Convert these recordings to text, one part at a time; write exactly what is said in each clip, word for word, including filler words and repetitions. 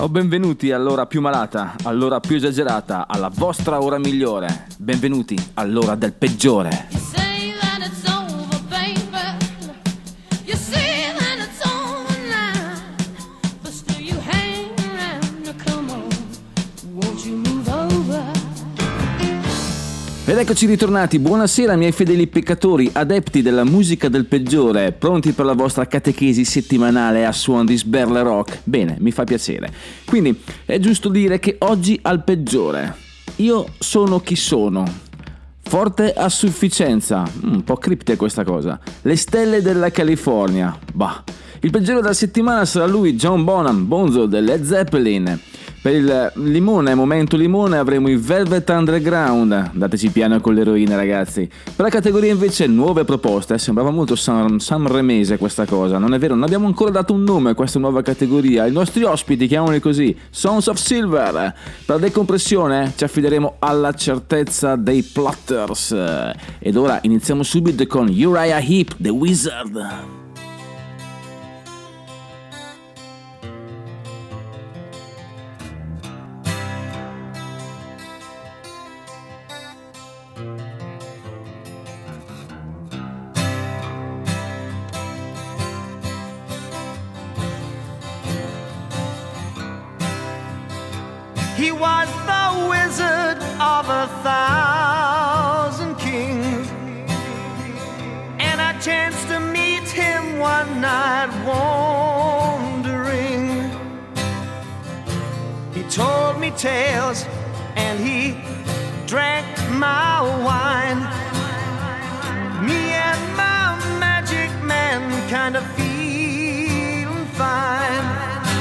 O benvenuti all'ora più malata, all'ora più esagerata, alla vostra ora migliore. Benvenuti all'ora del peggiore. Ed eccoci ritornati, buonasera miei fedeli peccatori, adepti della musica del peggiore, pronti per la vostra catechesi settimanale a suon di sberle rock? Bene, mi fa piacere. Quindi è giusto dire che oggi al peggiore. Io sono chi sono. Forte a sufficienza, un po' criptica questa cosa. Le stelle della California, bah. Il peggiore della settimana sarà lui, John Bonham, Bonzo del Led Zeppelin. Per il limone, momento limone, avremo i Velvet Underground. Dateci piano con l'eroina, ragazzi. Per la categoria invece nuove proposte, sembrava molto san- sanremese questa cosa, non è vero? Non abbiamo ancora dato un nome a questa nuova categoria. I nostri ospiti, chiamali così, Sons of Silver. Per la decompressione ci affideremo alla certezza dei Plotters. Ed ora iniziamo subito con Uriah Heep, The Wizard. He was the wizard of a thousand kings, and I chanced to meet him one night wandering. He told me tales and he drank my wine. Me and my magic man kind of feeling fine.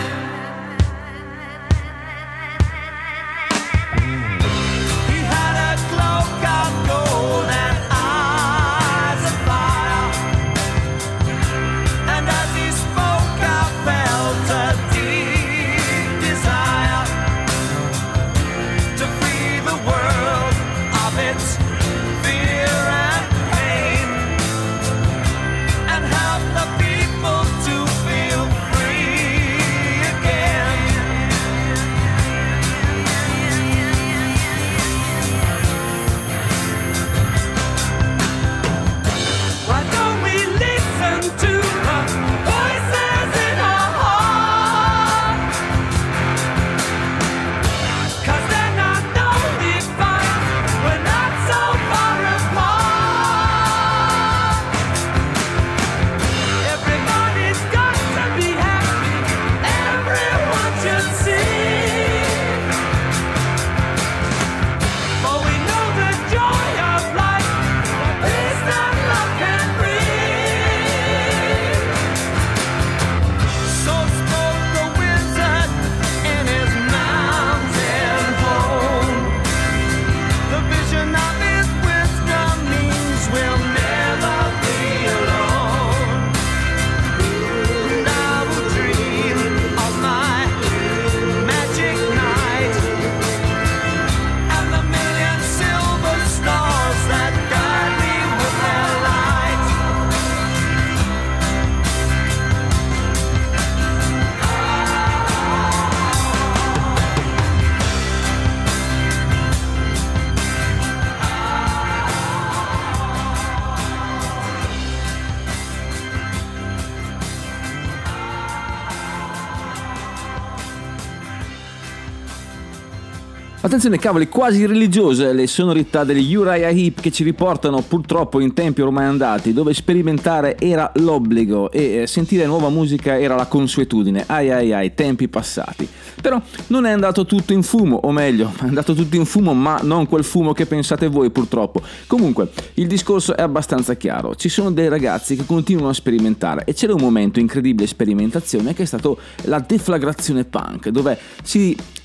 Attenzione cavoli, quasi religiose le sonorità degli Uriah Heep che ci riportano purtroppo in tempi ormai andati dove sperimentare era l'obbligo e sentire nuova musica era la consuetudine. Ai ai ai, tempi passati. Però non è andato tutto in fumo, o meglio, è andato tutto in fumo ma non quel fumo che pensate voi purtroppo. Comunque, il discorso è abbastanza chiaro. Ci sono dei ragazzi che continuano a sperimentare e c'era un momento incredibile sperimentazione che è stato la deflagrazione punk, dove si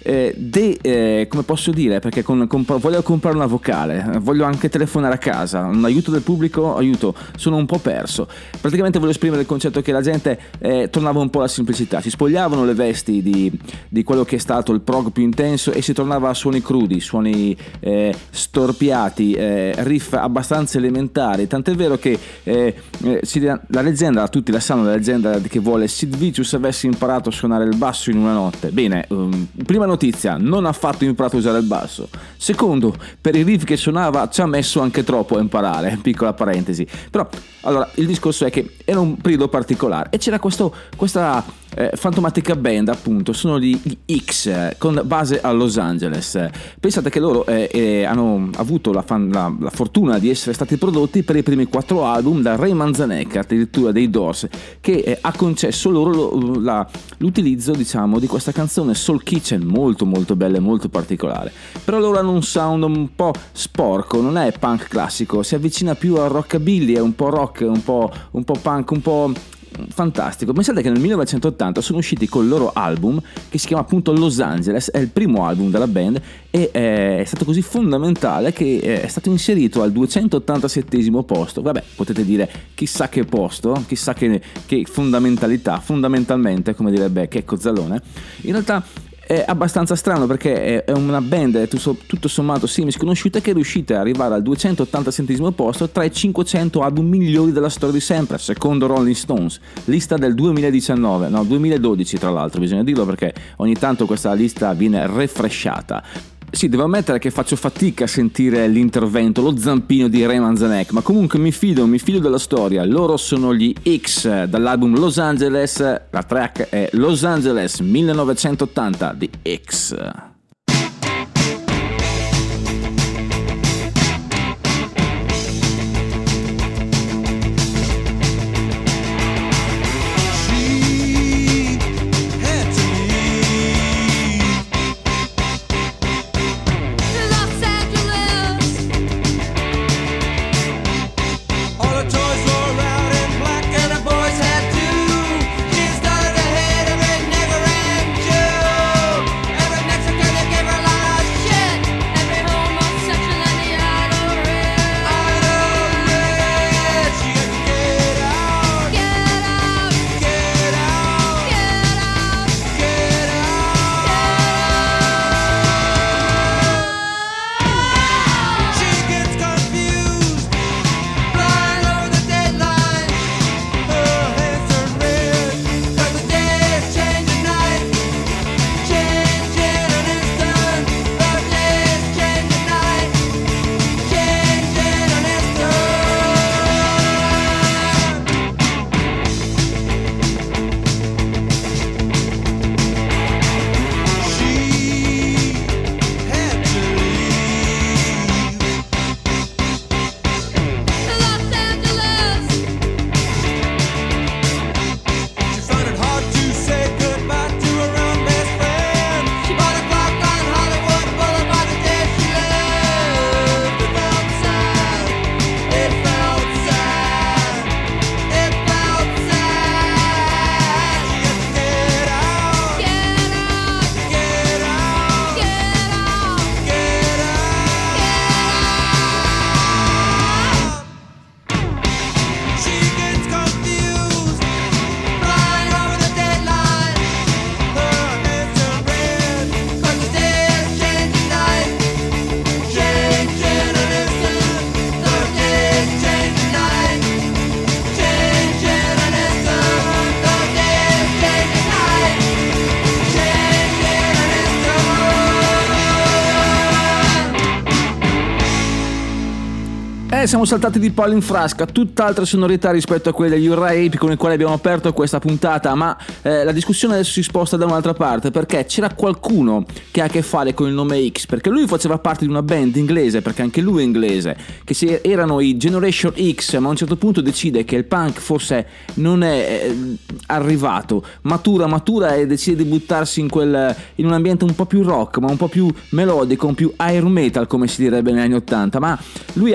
eh, de, eh, come posso dire, perché con, con, voglio comprare una vocale, voglio anche telefonare a casa, un aiuto del pubblico, aiuto, sono un po' perso. Praticamente voglio esprimere il concetto che la gente eh, tornava un po' alla semplicità, si spogliavano le vesti di, di quello che è stato il prog più intenso e si tornava a suoni crudi, suoni eh, storpiati, eh, riff abbastanza elementari, tant'è vero che eh, eh, si, la leggenda, tutti la sanno, la leggenda che vuole Sid Vicious avesse imparato a suonare il basso in una notte. Bene, um, prima notizia, non ha affatto imparato a usare il basso. Secondo, per i riff che suonava ci ha messo anche troppo a imparare, piccola parentesi. Però, allora, il discorso è che era un periodo particolare e c'era questo, questa eh, fantomatica band, appunto, sono gli X, con base a Los Angeles. Pensate che loro eh, eh, hanno avuto la, fan, la, la fortuna di essere stati prodotti per i primi quattro album da Ray Manzarek, addirittura dei Doors, che eh, ha concesso loro lo, la, l'utilizzo, diciamo, di questa canzone Soul Kitchen, molto molto bella e molto particolare. Però loro hanno un sound un po' sporco, non è punk classico, si avvicina più al rockabilly, è un po' rock, un po', un po' punk, un po' fantastico. Pensate che nel millenovecentottanta sono usciti col loro album che si chiama appunto Los Angeles, è il primo album della band e è stato così fondamentale che è stato inserito al duecentottantasettesimo posto. Vabbè, potete dire chissà che posto, chissà che, che fondamentalità, fondamentalmente, come direbbe Checco Zalone. In realtà è abbastanza strano perché è una band tutto sommato semi sconosciuta che è riuscita ad arrivare al duecentottantasettesimo posto tra i cinquecento album migliori della storia di sempre, secondo Rolling Stones, lista del duemiladiciannove, no duemiladodici tra l'altro, bisogna dirlo perché ogni tanto questa lista viene refreshata. Sì, devo ammettere che faccio fatica a sentire l'intervento, lo zampino di Ray Manzarek, ma comunque mi fido, mi fido della storia. Loro sono gli X dall'album Los Angeles, la track è Los Angeles millenovecentottanta di X. Siamo saltati di palo in frasca, tutt'altra sonorità rispetto a quelle degli Uriah Heep con i quali abbiamo aperto questa puntata, ma eh, la discussione adesso si sposta da un'altra parte perché c'era qualcuno che ha a che fare con il nome X, perché lui faceva parte di una band inglese, perché anche lui è inglese, che si, erano i Generation X, ma a un certo punto decide che il punk forse non è eh, arrivato, matura, matura e decide di buttarsi in, quel, in un ambiente un po' più rock, ma un po' più melodico, un più air metal come si direbbe negli anni ottanta, ma lui ha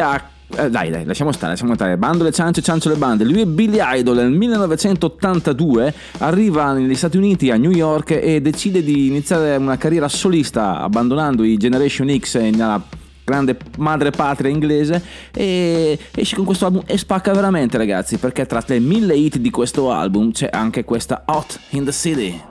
Eh, dai dai lasciamo stare, lasciamo stare, bando le ciance, ciancio le bande. Lui è Billy Idol, nel millenovecentottantadue arriva negli Stati Uniti, a New York, e decide di iniziare una carriera solista abbandonando i Generation X nella grande madre patria inglese, e esce con questo album e spacca veramente, ragazzi, perché tra le mille hit di questo album c'è anche questa Hot in the City.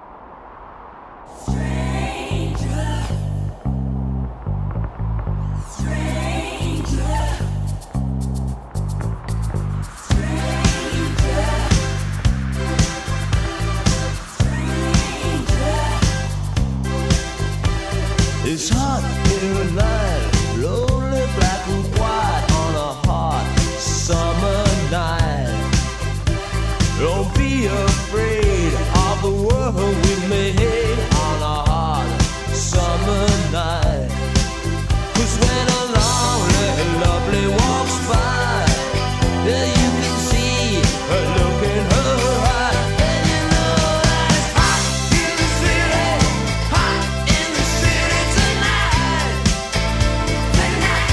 It's hot in the night, lonely black and white on a hot summer night. Don't be afraid of the world we made on a hot summer night. 'Cause when a lonely and lovely walks by, yeah, you can see her look in her eye, and you know that it's hot in the city, hot in the city tonight, tonight.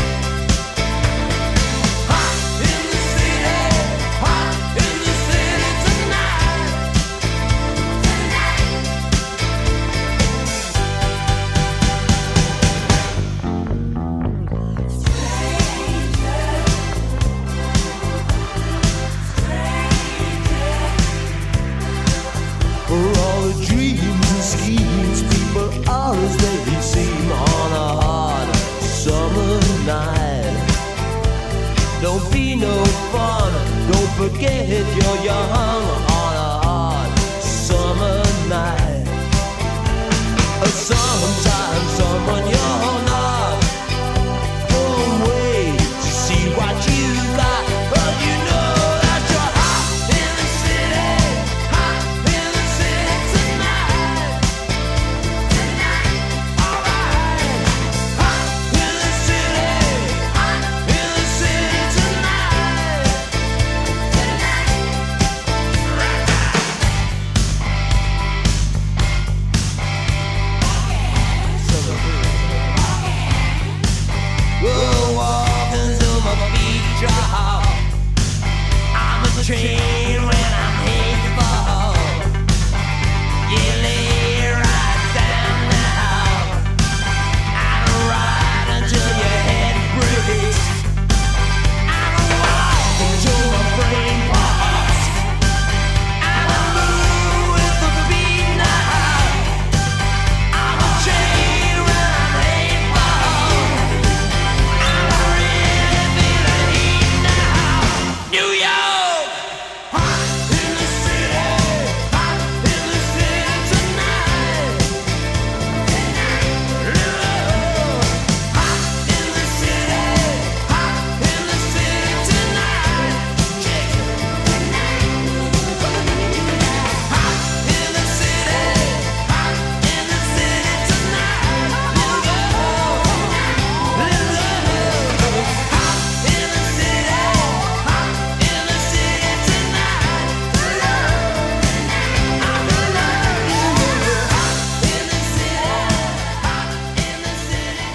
Hot in the city, hot in the city tonight, tonight. For all the dreams and schemes, people are as they seem on a hot summer night. Don't be no fun, don't forget you're young on a hot summer night. Sometimes someone you're not won't wait to see what you got, but you know that you're hot in the city, hot in the city tonight, tonight, alright. Hot in the city, hot in the city tonight, we'll walk until my feet drop. I'm a train when I'm headed to fall. You lay right down now. I'm ride until your head breaks. I'm a walk until my brain pops. I'm a move with the beat now. I'm a train when I'm headed to fall. I'm a really feeling heat now. New York, hot in the city, hot in the city tonight, tonight. Love, hot in the city, hot in the city tonight, yeah, tonight. Hot in the city, hot in the city tonight. Little girl, little love, hot in the city, hot in the city tonight. I'm in love, hot in the city, hot in the city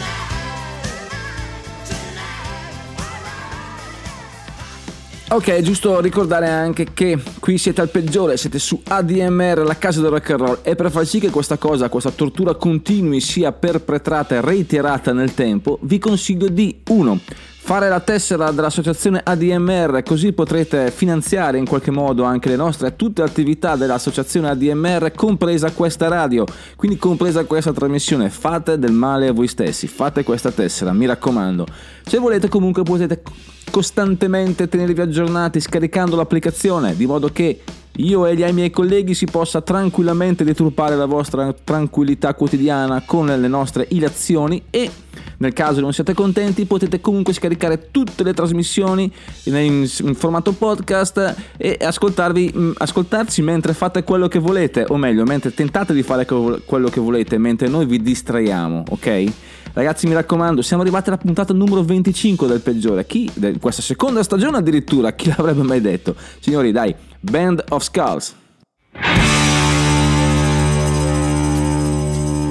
tonight, tonight. Ok, è giusto ricordare anche che qui siete al peggiore, siete su A D M R, la casa del rock and roll, e per far sì che questa cosa, questa tortura continui, sia perpetrata e reiterata nel tempo, vi consiglio di uno fare la tessera dell'associazione A D M R, così potrete finanziare in qualche modo anche le nostre tutte le attività dell'associazione A D M R, compresa questa radio, quindi compresa questa trasmissione. Fate del male a voi stessi, fate questa tessera, mi raccomando. Se volete comunque potete costantemente tenervi aggiornati scaricando l'applicazione, di modo che io e gli miei colleghi si possa tranquillamente deturpare la vostra tranquillità quotidiana con le nostre ilazioni, e nel caso non siate contenti potete comunque scaricare tutte le trasmissioni in, in formato podcast e ascoltarvi, ascoltarci mentre fate quello che volete, o meglio mentre tentate di fare quello che volete, mentre noi vi distraiamo, ok? Ragazzi, mi raccomando, siamo arrivati alla puntata numero venticinque del peggiore. Chi? De questa seconda stagione addirittura, chi l'avrebbe mai detto? Signori, dai, Band of Skulls.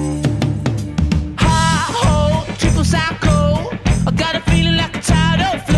Hi-ho, triple psycho. I got a feeling like a child of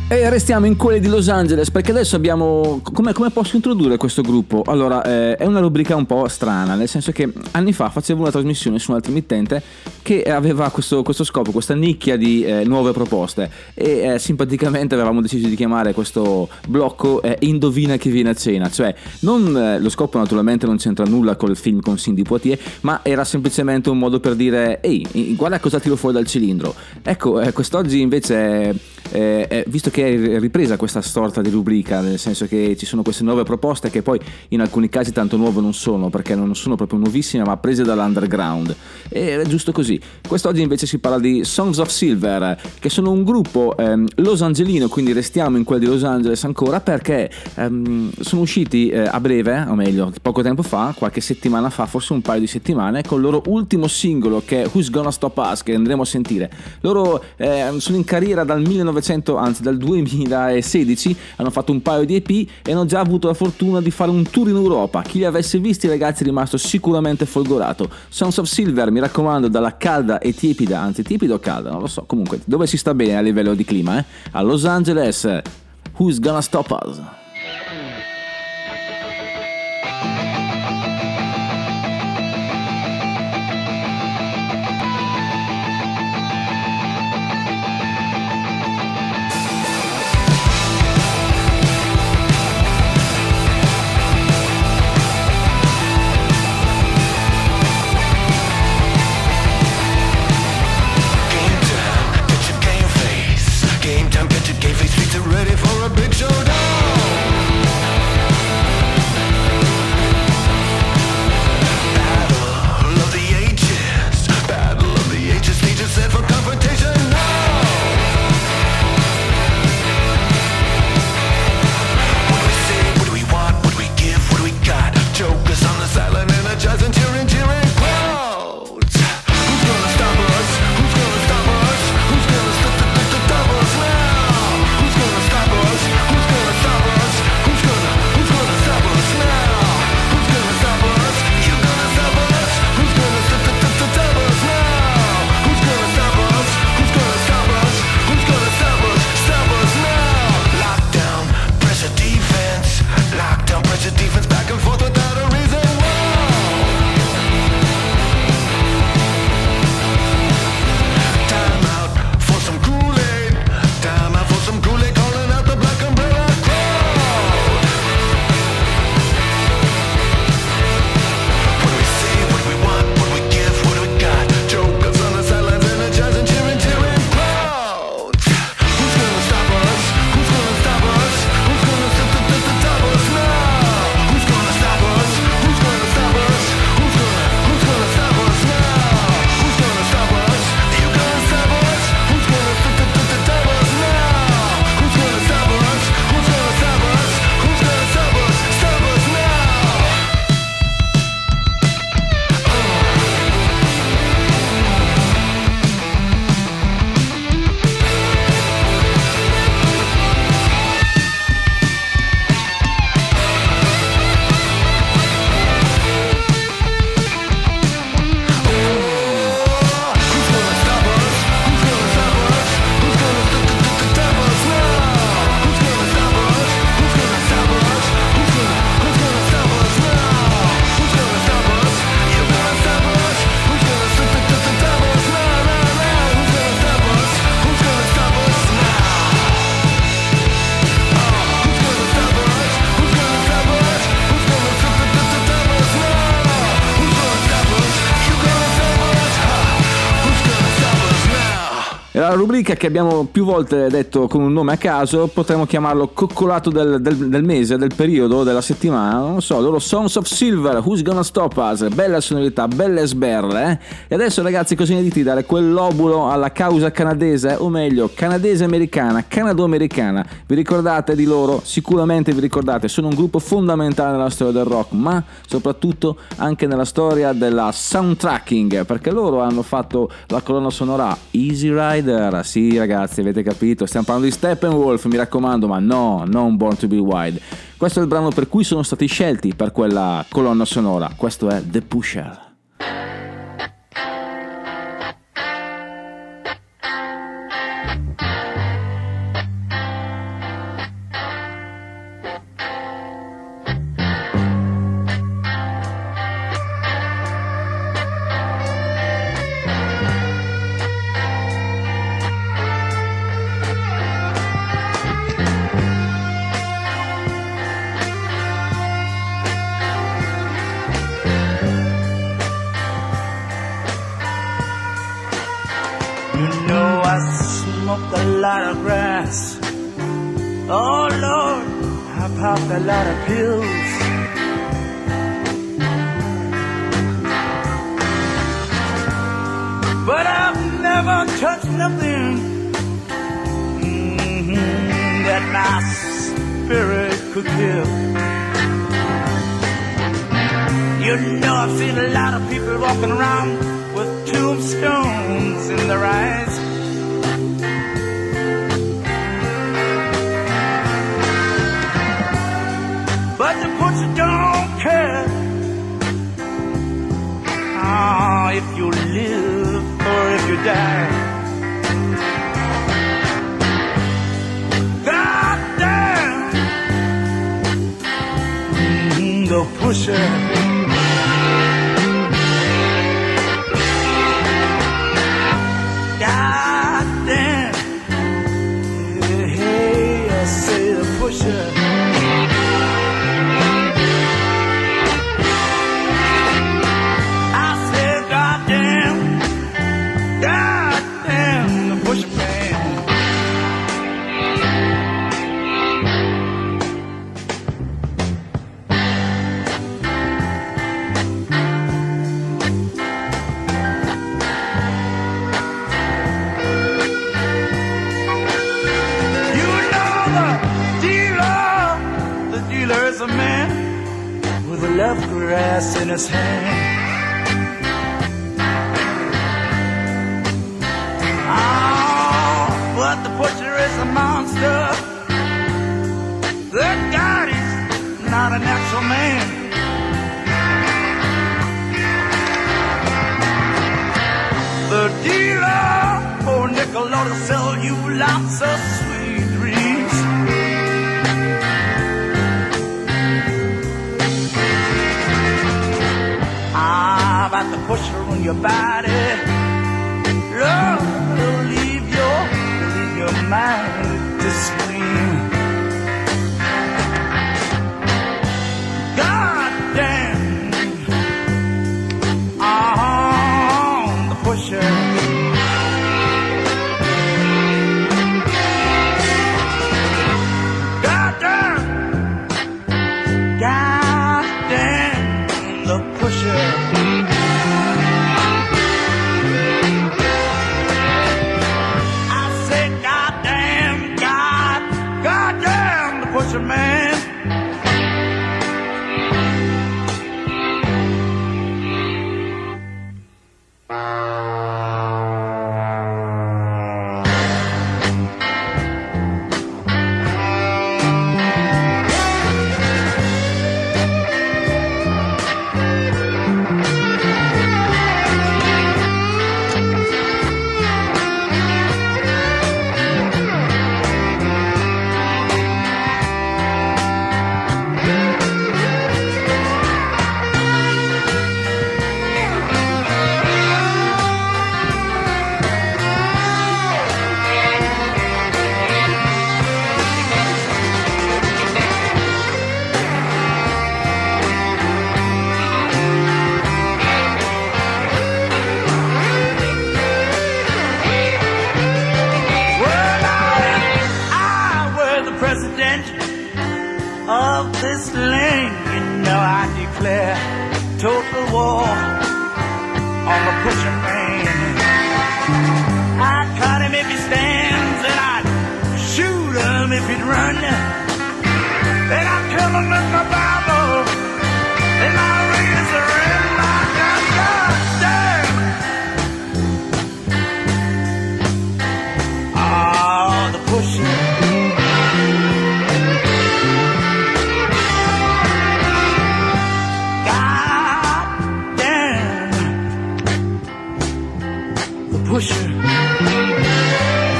E restiamo in quelli di Los Angeles, perché adesso abbiamo... Come, come posso introdurre questo gruppo? Allora, eh, è una rubrica un po' strana, nel senso che anni fa facevo una trasmissione su un altro emittente che aveva questo, questo scopo, questa nicchia di eh, nuove proposte, e eh, simpaticamente avevamo deciso di chiamare questo blocco eh, Indovina chi viene a cena. Cioè, non, eh, lo scopo naturalmente non c'entra nulla col film con Cindy Poitier, ma era semplicemente un modo per dire: ehi, guarda cosa tiro fuori dal cilindro. Ecco, eh, quest'oggi invece, eh, eh, visto che è ripresa questa sorta di rubrica, nel senso che ci sono queste nuove proposte che poi in alcuni casi tanto nuove non sono, perché non sono proprio nuovissime, ma prese dall'underground, e è giusto così. Quest'oggi invece si parla di Songs of Silver, che sono un gruppo ehm, los angelino, quindi restiamo in quel di Los Angeles ancora, perché ehm, sono usciti eh, a breve, o meglio poco tempo fa, qualche settimana fa, forse un paio di settimane, con il loro ultimo singolo, che è Who's Gonna Stop Us, che andremo a sentire. Loro eh, sono in carriera dal millenovecento, anzi dal duemilasedici, hanno fatto un paio di E P e hanno già avuto la fortuna di fare un tour in Europa. Chi li avesse visti, ragazzi, è rimasto sicuramente folgorato. Sons of Silver, mi raccomando, dalla calda e tiepida, anzi tiepida o calda, non lo so, comunque dove si sta bene a livello di clima, eh? A Los Angeles, Who's Gonna Stop Us? Ready for a big showdown. La rubrica che abbiamo più volte detto con un nome a caso, potremmo chiamarlo coccolato del, del, del mese, del periodo, della settimana, non lo so, loro Sons of Silver, Who's Gonna Stop Us, bella sonorità, belle sberle, eh? E adesso ragazzi, cosa ne dite di dare quell'obulo alla causa canadese, o meglio, canadese-americana, canado-americana? Vi ricordate di loro? Sicuramente vi ricordate, sono un gruppo fondamentale nella storia del rock, ma soprattutto anche nella storia della soundtracking, perché loro hanno fatto la colonna sonora Easy Rider. Sì ragazzi, avete capito, stiamo parlando di Steppenwolf, mi raccomando, ma no, non Born to Be Wild. Questo è il brano per cui sono stati scelti per quella colonna sonora. Questo è The Pusher. smoked a lot of grass. Oh Lord, I popped a lot of pills. But I've never touched nothing mm-hmm, that my spirit could kill. You know, I've seen a lot of people walking around with tombstones in their eyes. But the butcher don't care oh, if you live or if you die. God damn, mm, the pusher. God damn, hey, hey, I say the pusher. A man with a love grass in his hand. Oh, but the butcher is a monster. That God is not a natural man. The dealer, oh nickel, ought to sell you lots of sweet dreams. Ah, about the pusher on your body, love will leave your, leave your mind to scream. God damn, ah, the pusher. God damn, God damn, the pusher. Man, of this land, you know I declare total war on the pusher man. I'd cut him if he stands, and I'd shoot him if he'd run. Then I'd kill him with my Bible, and my razor in my gun. God damn! Oh, the pusher. Pusher.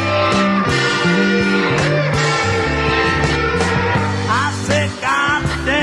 I said, God damn.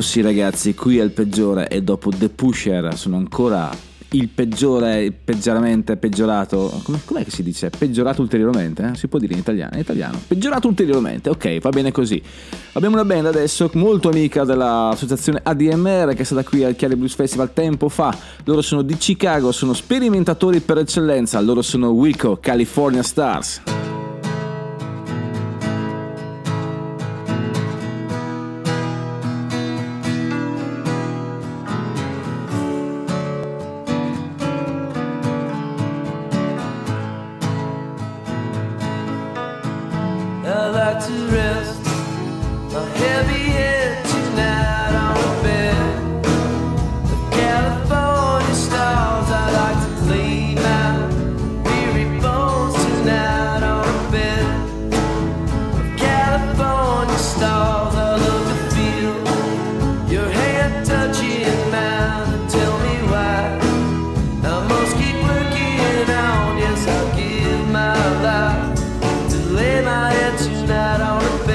sì ragazzi, qui è il peggiore e dopo The Pusher sono ancora il peggiore, peggioramente peggiorato. Come, com'è che si dice? Peggiorato ulteriormente? Eh? Si può dire in italiano, in italiano. Peggiorato ulteriormente, ok, va bene così. Abbiamo una band adesso molto amica dell'associazione A D M R che è stata qui al Chiari Blues Festival tempo fa. Loro sono di Chicago, sono sperimentatori per eccellenza. Loro sono Wilco, California Stars. I like to rest my heavy head tonight on a bed of California stars. I like to lay my weary bones tonight on a bed of California stars. I love to feel your hand touching mine and tell me why I must keep working on. Yes, I'll give my life to lay my head tonight on a bed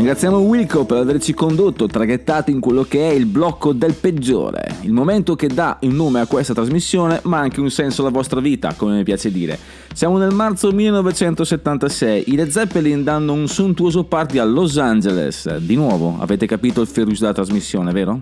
Ringraziamo Wilco per averci condotto, traghettato in quello che è il blocco del peggiore, il momento che dà un nome a questa trasmissione ma anche un senso alla vostra vita, come mi piace dire. Siamo nel marzo millenovecentosettantasei, i Led Zeppelin danno un sontuoso party a Los Angeles. Di nuovo, avete capito il ferus della trasmissione, vero?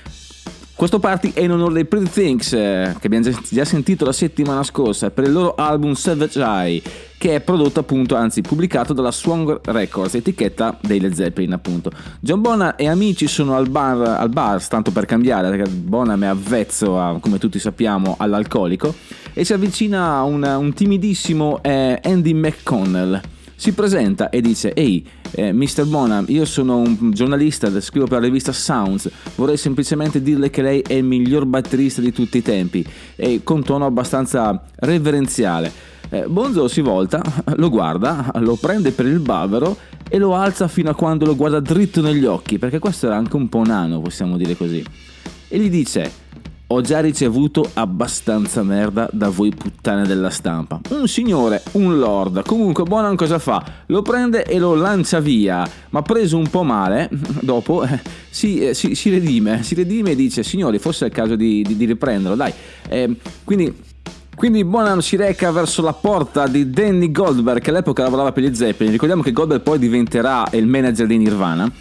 Questo party è in onore dei Pretty Things, eh, che abbiamo già sentito la settimana scorsa, per il loro album Savage Eye, che è prodotto appunto, anzi pubblicato dalla Swan Records, etichetta dei Led Zeppelin appunto. John Bonham e amici sono al bar, al bar tanto per cambiare, perché Bonham è avvezzo, a, come tutti sappiamo, all'alcolico, e si avvicina a un, un timidissimo eh, Andy McConnell. Si presenta e dice: ehi, eh, mister Bonham, io sono un giornalista, scrivo per la rivista Sounds, vorrei semplicemente dirle che lei è il miglior batterista di tutti i tempi, e con tono abbastanza reverenziale. eh, Bonzo si volta, lo guarda, lo prende per il bavero e lo alza fino a quando lo guarda dritto negli occhi, perché questo era anche un po' nano, possiamo dire così, e gli dice: ho già ricevuto abbastanza merda da voi puttane della stampa. Un signore, un lord. Comunque Bonham cosa fa? Lo prende e lo lancia via, ma preso un po' male, dopo eh, si, eh, si, si redime, si redime e dice: signori, forse è il caso di, di, di riprenderlo, dai. Eh, quindi... Quindi Bonham si reca verso la porta di Danny Goldberg, che all'epoca lavorava per gli Zeppelin. Ricordiamo che Goldberg poi diventerà il manager di Nirvana.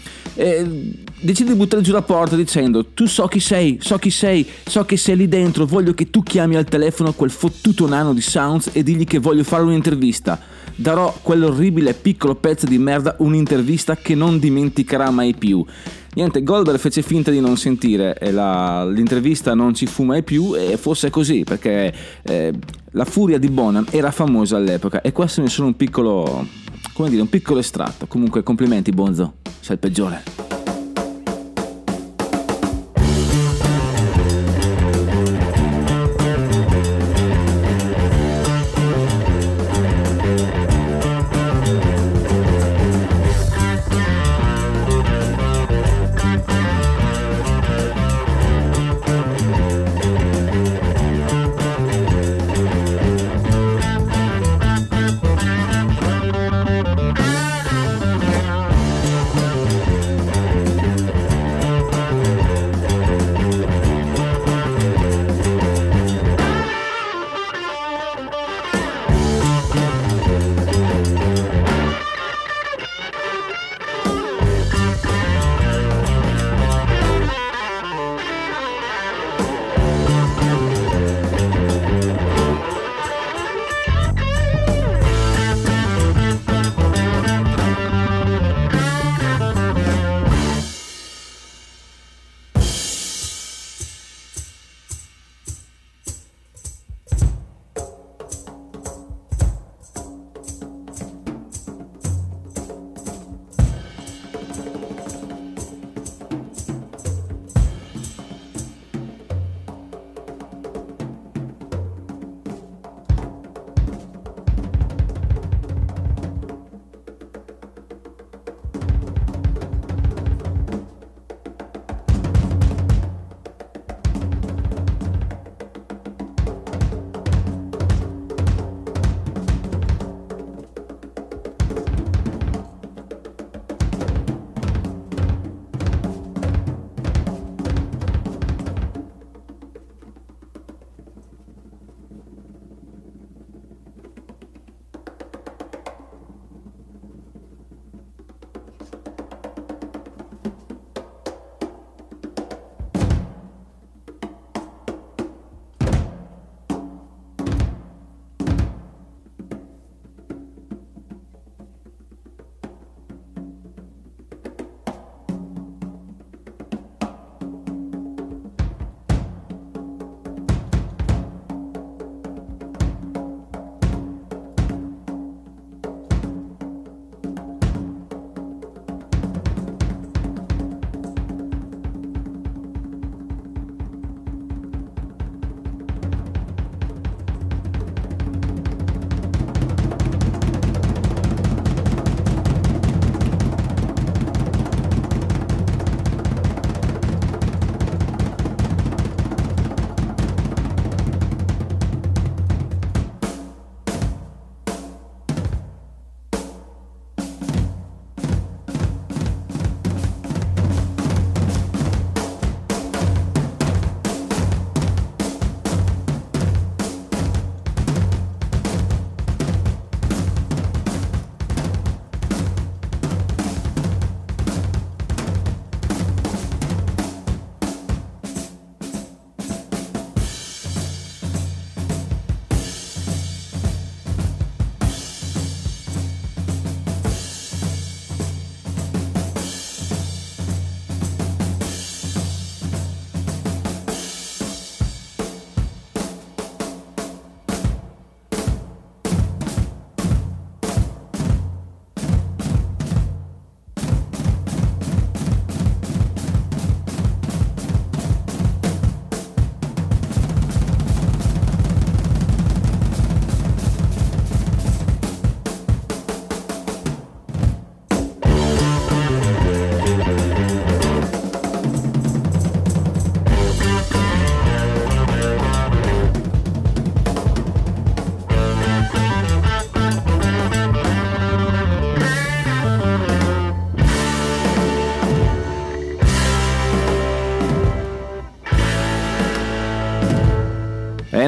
E decide di buttare giù la porta dicendo: tu so chi sei, so chi sei, so che sei lì dentro, voglio che tu chiami al telefono quel fottuto nano di Sounds e digli che voglio fare un'intervista. Darò quell'orribile piccolo pezzo di merda un'intervista che non dimenticherà mai più. Niente, Goldberg fece finta di non sentire e la, l'intervista non ci fu mai più, e fosse così perché eh, la furia di Bonham era famosa all'epoca, e questo ne sono un piccolo, come dire, un piccolo estratto. Comunque complimenti Bonzo, sei il peggiore.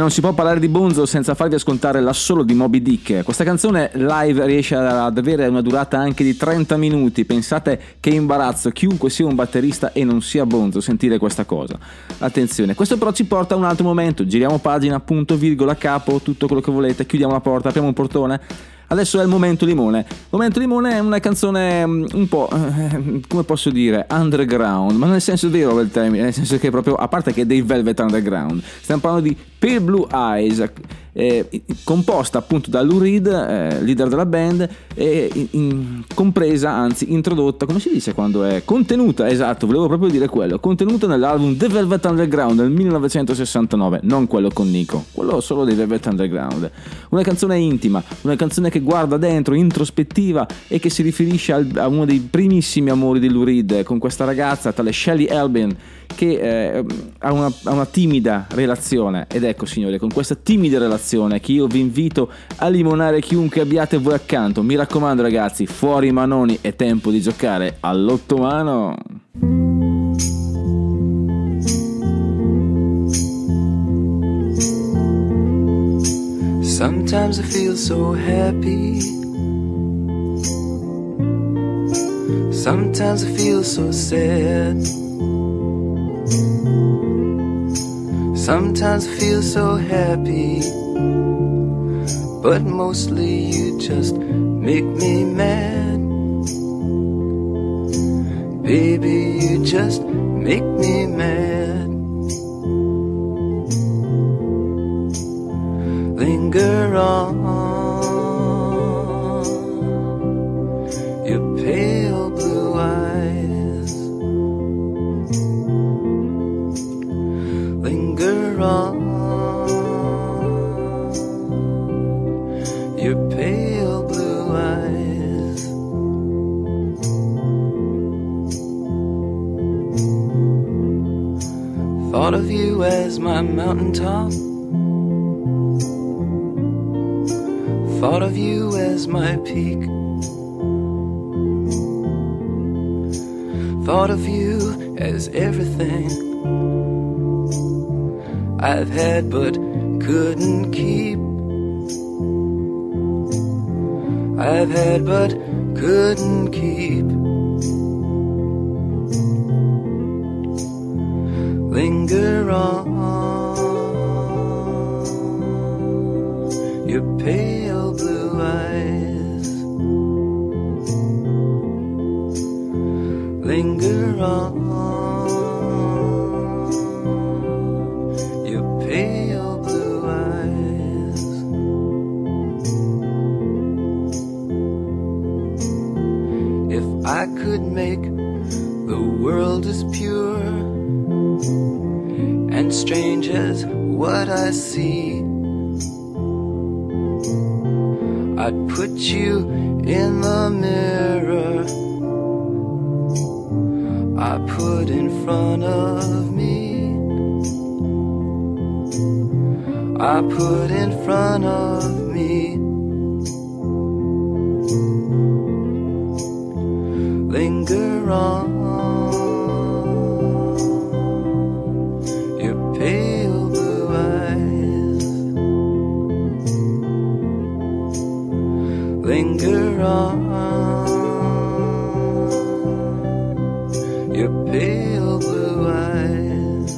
non si può parlare di Bonzo senza farvi ascoltare l'assolo di Moby Dick. Questa canzone live riesce ad avere una durata anche di trenta minuti. Pensate che imbarazzo chiunque sia un batterista e non sia Bonzo sentire questa cosa. Attenzione, questo però ci porta a un altro momento. Giriamo pagina, punto, virgola, capo, tutto quello che volete, chiudiamo la porta, apriamo un portone. Adesso è il Momento Limone. Momento Limone è una canzone un po', eh, come posso dire, underground, ma nel senso vero del termine, nel senso che proprio, a parte che è dei Velvet Underground, stiamo parlando di Pale Blue Eyes, eh, composta appunto da Lou Reed, eh, leader della band, e in, in, compresa, anzi introdotta, come si dice quando è contenuta, esatto, volevo proprio dire quello, contenuta nell'album The Velvet Underground del millenovecentosessantanove, non quello con Nico, quello solo dei Velvet Underground. Una canzone intima, una canzone che guarda dentro, introspettiva, e che si riferisce al, a uno dei primissimi amori di Lou Reed con questa ragazza tale Shelley Albin, che eh, ha, una, ha una timida relazione. Ed ecco, signore, con questa timida relazione che io vi invito a limonare chiunque abbiate voi accanto. Mi raccomando, ragazzi, fuori i manoni, è tempo di giocare all'ottomano. Sometimes I feel so happy. Sometimes I feel so sad. Sometimes I feel so happy, but mostly you just make me mad. Baby, you just make me mad. Linger on, your pale blue eyes. Linger on, your pale blue eyes. Thought of you as my mountaintop. Thought of you as my peak. Thought of you as everything I've had but couldn't keep. I've had but couldn't keep. Linger on, your pale blue eyes. Linger on, your pale blue eyes. If I could make the world as pure and strange as what I see, I'd put you in the mirror I put in front of me. I put in front of me. Linger on, your pale blue eyes. Linger on, your pale blue eyes.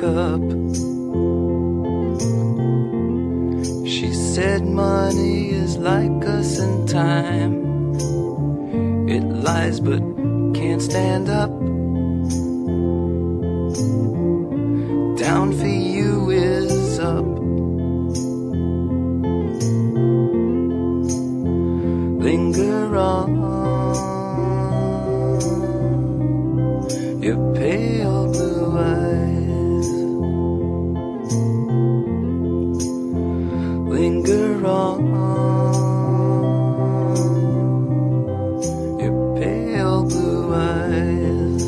cup. She said money is like us in time. It lies but can't stand up. Down for you is up. Linger on, your pale blue eyes. Linger on, your pale blue eyes.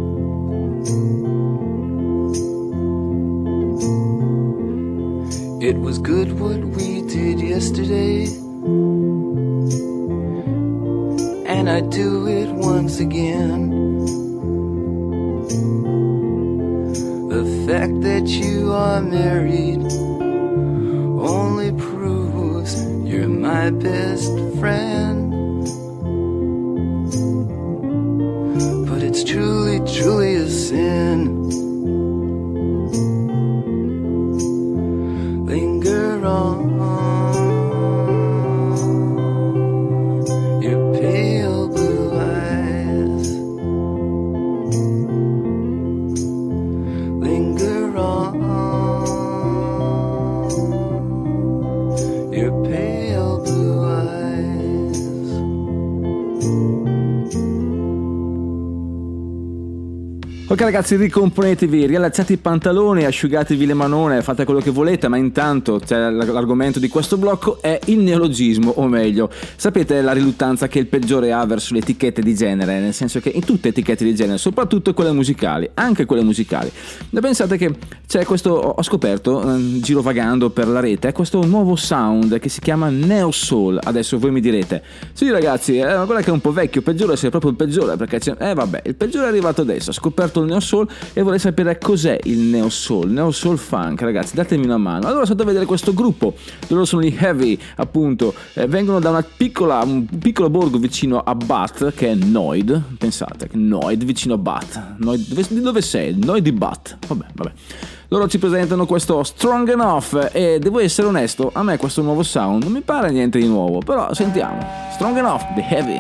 It was good what we did yesterday, and I'd do it once again. The fact that you are married only proves you're my best friend. But it's truly, truly a sin. Linger on, your pale blue eyes. Linger on, your pale blue eyes. Ok ragazzi, ricomponetevi, riallacciate i pantaloni, asciugatevi le manone, fate quello che volete, ma intanto cioè, l'argomento di questo blocco è il neologismo, o meglio, sapete la riluttanza che il peggiore ha verso le etichette di genere, nel senso che in tutte etichette di genere, soprattutto quelle musicali, anche quelle musicali. Ne pensate che c'è questo, ho scoperto, eh, girovagando per la rete, questo nuovo sound che si chiama Neo Soul. Adesso voi mi direte, sì ragazzi, eh, guarda che è un po' vecchio, peggiore se è proprio il peggiore, perché c'è, eh vabbè, il peggiore è arrivato adesso, ha scoperto il Neo Soul e vorrei sapere cos'è il Neo Soul, Neo Soul Funk, ragazzi, datemi una mano. Allora sono andato a vedere questo gruppo, loro sono i Heavy, appunto, eh, vengono da una piccola, un piccolo borgo vicino a Bath, che è Noid, pensate, Noid vicino a Bath, Noid, dove, di dove sei? Noid di Bath, vabbè, vabbè. Loro ci presentano questo Strong Enough e devo essere onesto, a me questo nuovo sound non mi pare niente di nuovo, però sentiamo, Strong Enough, The Heavy.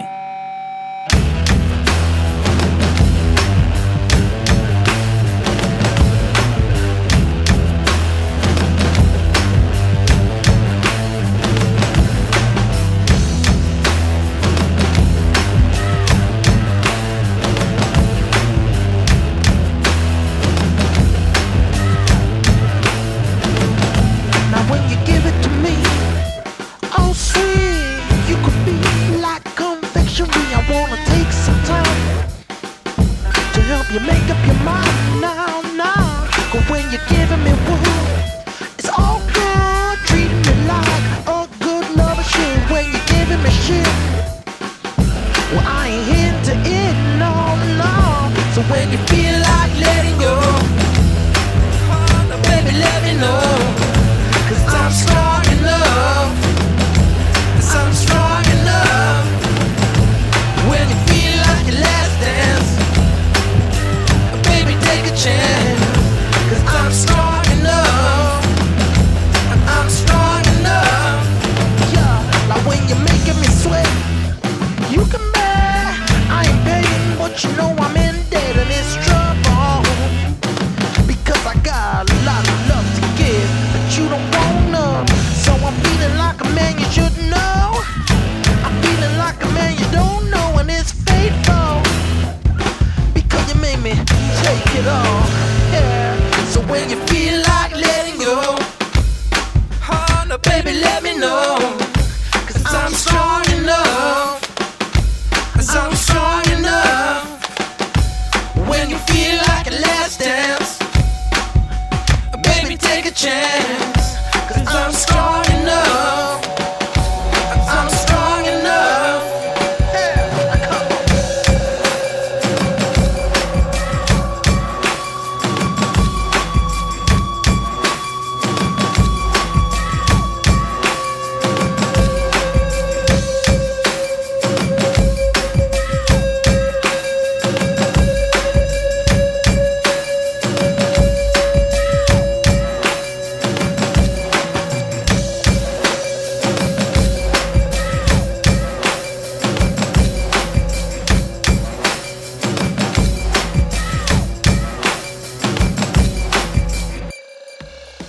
You make up your mind now, now. But when you're giving me wood, it's all good. Treating me like a good lover should. When you're giving me shit, well, I ain't into it, no, no. So when you feel like letting go, oh, baby, let me know. Cause I'm strong in love. Cause I'm strong in love. When you feel like your last dance, take a chance, cause I'm strong enough, I'm strong enough. Yeah, like when you're making me sweat, you can bear, I ain't paying, but you know I'm in debt and it's trouble, because I got a lot of love to give, but you don't want none, so I'm feeling like a man you should know, I'm feeling like a man you don't know, and it's fateful, because you made me take it all, yeah. So when you feel like letting go, oh no, baby, let me know. Cause I'm strong enough. Cause I'm strong enough. When you feel like a last dance, baby, take a chance. Cause I'm strong enough. I'm strong enough.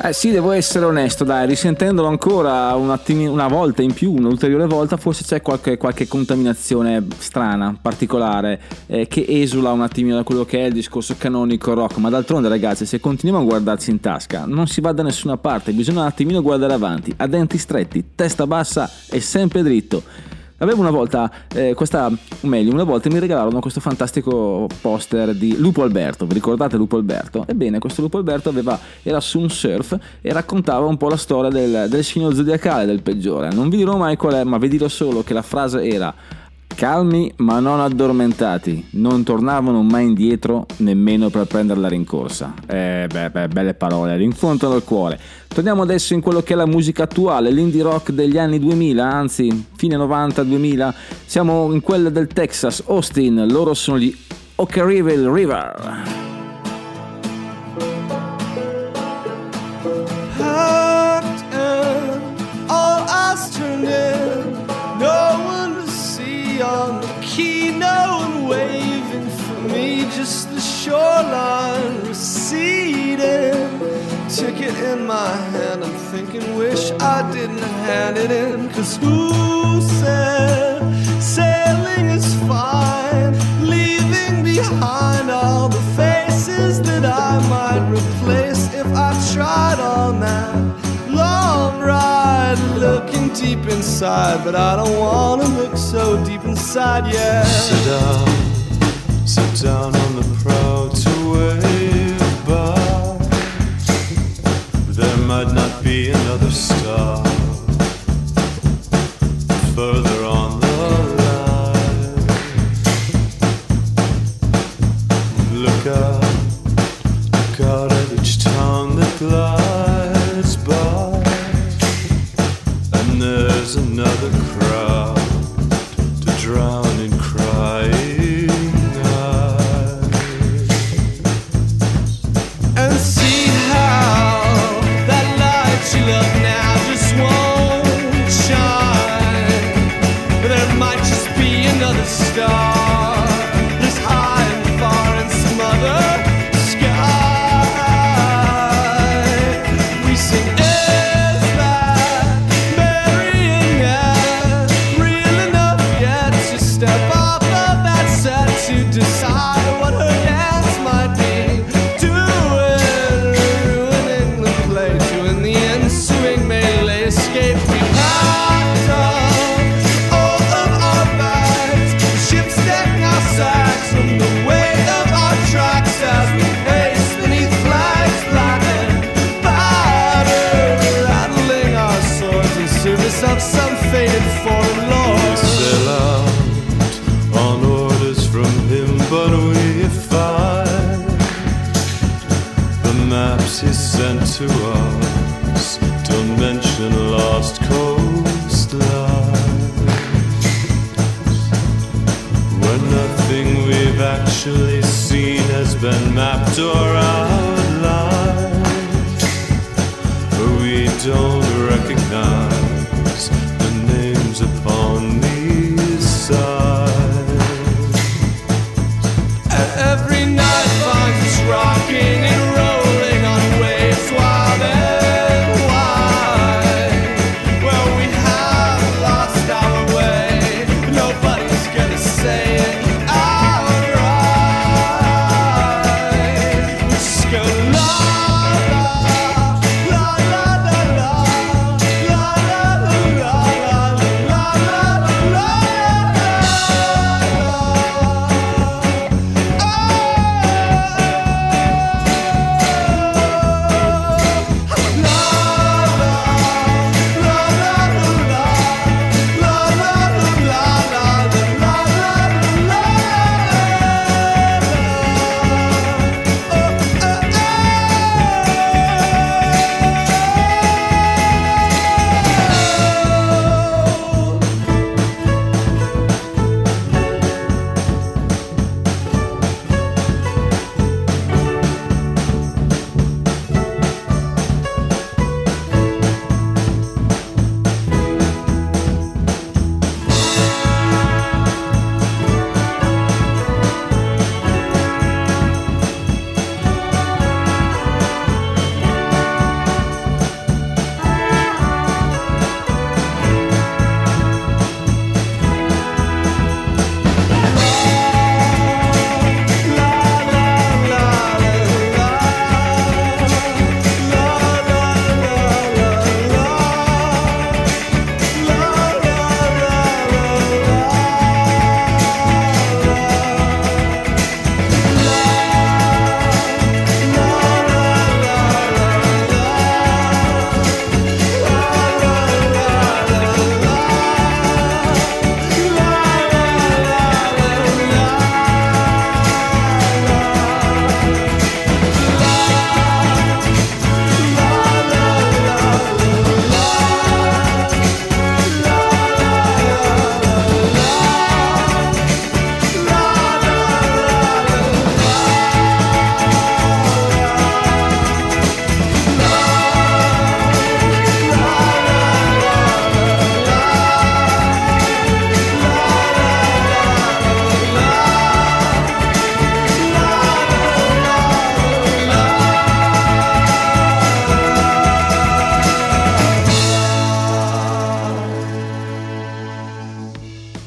Eh sì, devo essere onesto, dai, risentendolo ancora un attimino, una volta in più, un'ulteriore volta, forse c'è qualche, qualche contaminazione strana, particolare, eh, che esula un attimino da quello che è il discorso canonico rock, ma d'altronde ragazzi, se continuiamo a guardarsi in tasca non si va da nessuna parte, bisogna un attimino guardare avanti, a denti stretti, testa bassa e sempre dritto. Avevo una volta, eh, questa, o meglio, una volta mi regalarono questo fantastico poster di Lupo Alberto. Vi ricordate Lupo Alberto? Ebbene, questo Lupo Alberto aveva, era su un surf e raccontava un po' la storia del, del segno zodiacale del peggiore. Non vi dirò mai qual è, ma vi dirò solo che la frase era: calmi ma non addormentati, non tornavano mai indietro nemmeno per prendere la rincorsa. Eh, beh, beh, belle parole, rinfontano il cuore. Torniamo adesso in quello che è la musica attuale, l'indie rock degli anni duemila, anzi fine novanta duemila. Siamo in quella del Texas, Austin, loro sono gli Ockerville River. Packed in, all eyes turned in, no one to see on the quay, no one waving for me, just the shoreline receding. Ticket in my hand, I'm thinking, wish I didn't hand it in, 'cause who said sailing is fine, leaving behind all the faces that I might replace if I tried on that long ride, looking deep inside, but I don't wanna look so deep inside, yeah. Sit down, sit down on the prow to wave by. There might not be another star further on the line. Look out, look out at each town that glides by, and there's another crowd to drown in crying eyes. And see how that light you love now just won't shine. There might just be another star that's high and far in some other sky. We sing, is that marionette real enough yet to step off of that set to decide what her dance might be? Doing, ruining the play, to in the ensuing melee escape. We packed up all of our bags, ships decking our sacks from the weight of our tracks as we pace beneath flags black and battered, rattling our swords in service of some faded foreign lord. Sail out on orders from him, but we find the maps he sent to us don't mention lost coastlines, where nothing we've actually seen has been mapped or outlined. We don't recognize the names upon these signs. Every night finds us rocking and rolling on waves wild and wide. Well, we have lost our way, nobody's gonna say it outright. We're just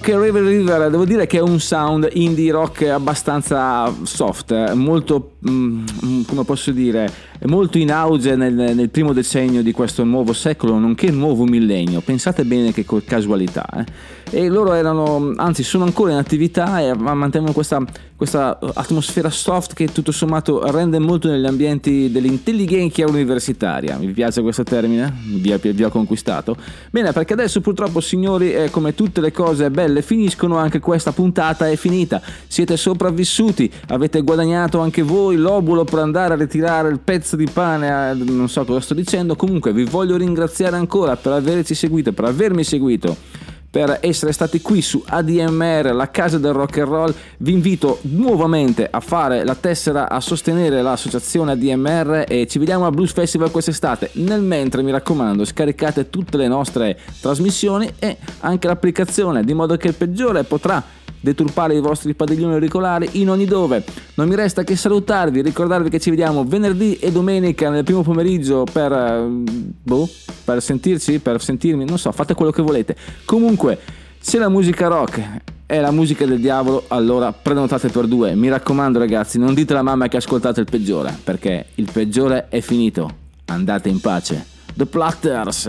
River River, devo dire che è un sound indie rock abbastanza soft, eh, molto, mm, come posso dire, molto in auge nel, nel primo decennio di questo nuovo secolo, nonché nuovo millennio. Pensate bene che casualità, eh. E loro erano, anzi sono ancora in attività e mantengono questa, questa atmosfera soft che tutto sommato rende molto negli ambienti dell'intelligenza universitaria. Mi piace questo termine? Vi, vi ho conquistato. Bene, perché adesso purtroppo, signori, eh, come tutte le cose belle finiscono, anche questa puntata è finita. Siete sopravvissuti, avete guadagnato anche voi l'obulo per andare a ritirare il pezzo di pane, eh, non so cosa sto dicendo. Comunque vi voglio ringraziare ancora per averci seguito, per avermi seguito, per essere stati qui su A D M R, la casa del rock and roll. Vi invito nuovamente a fare la tessera, a sostenere l'associazione A D M R e ci vediamo al Blues Festival quest'estate. Nel mentre, mi raccomando, scaricate tutte le nostre trasmissioni e anche l'applicazione, di modo che il peggiore potrà deturpare i vostri padiglioni auricolari in ogni dove. Non mi resta che salutarvi, ricordarvi che ci vediamo venerdì e domenica nel primo pomeriggio per boh, per sentirci, per sentirmi, non so, fate quello che volete. Comunque, se la musica rock è la musica del diavolo, allora prenotate per due. Mi raccomando, ragazzi, non dite alla mamma che ascoltate il peggiore, perché il peggiore è finito. Andate in pace. The Platters.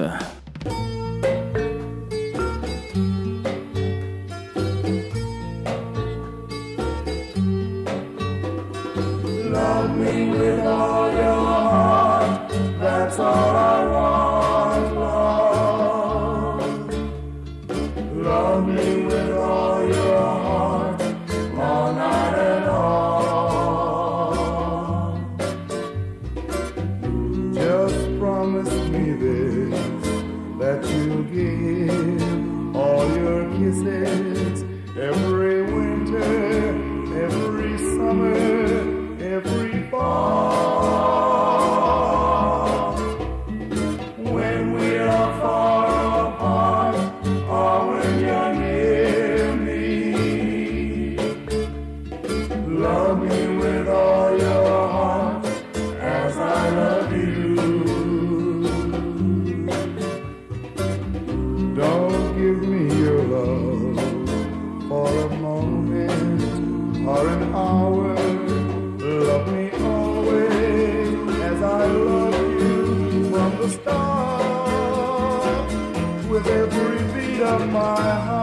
Love me with all your heart, that's all I want, love. Love me with all your heart, all night and all. Just promise me this, that you'll give all your kisses every winter, every summer, every fall. When we are far apart, or when you're near me, love me with all your heart, as I love you. Don't give me your love for a moment or an hour. Love me always as I love you from the start. With every beat of my heart,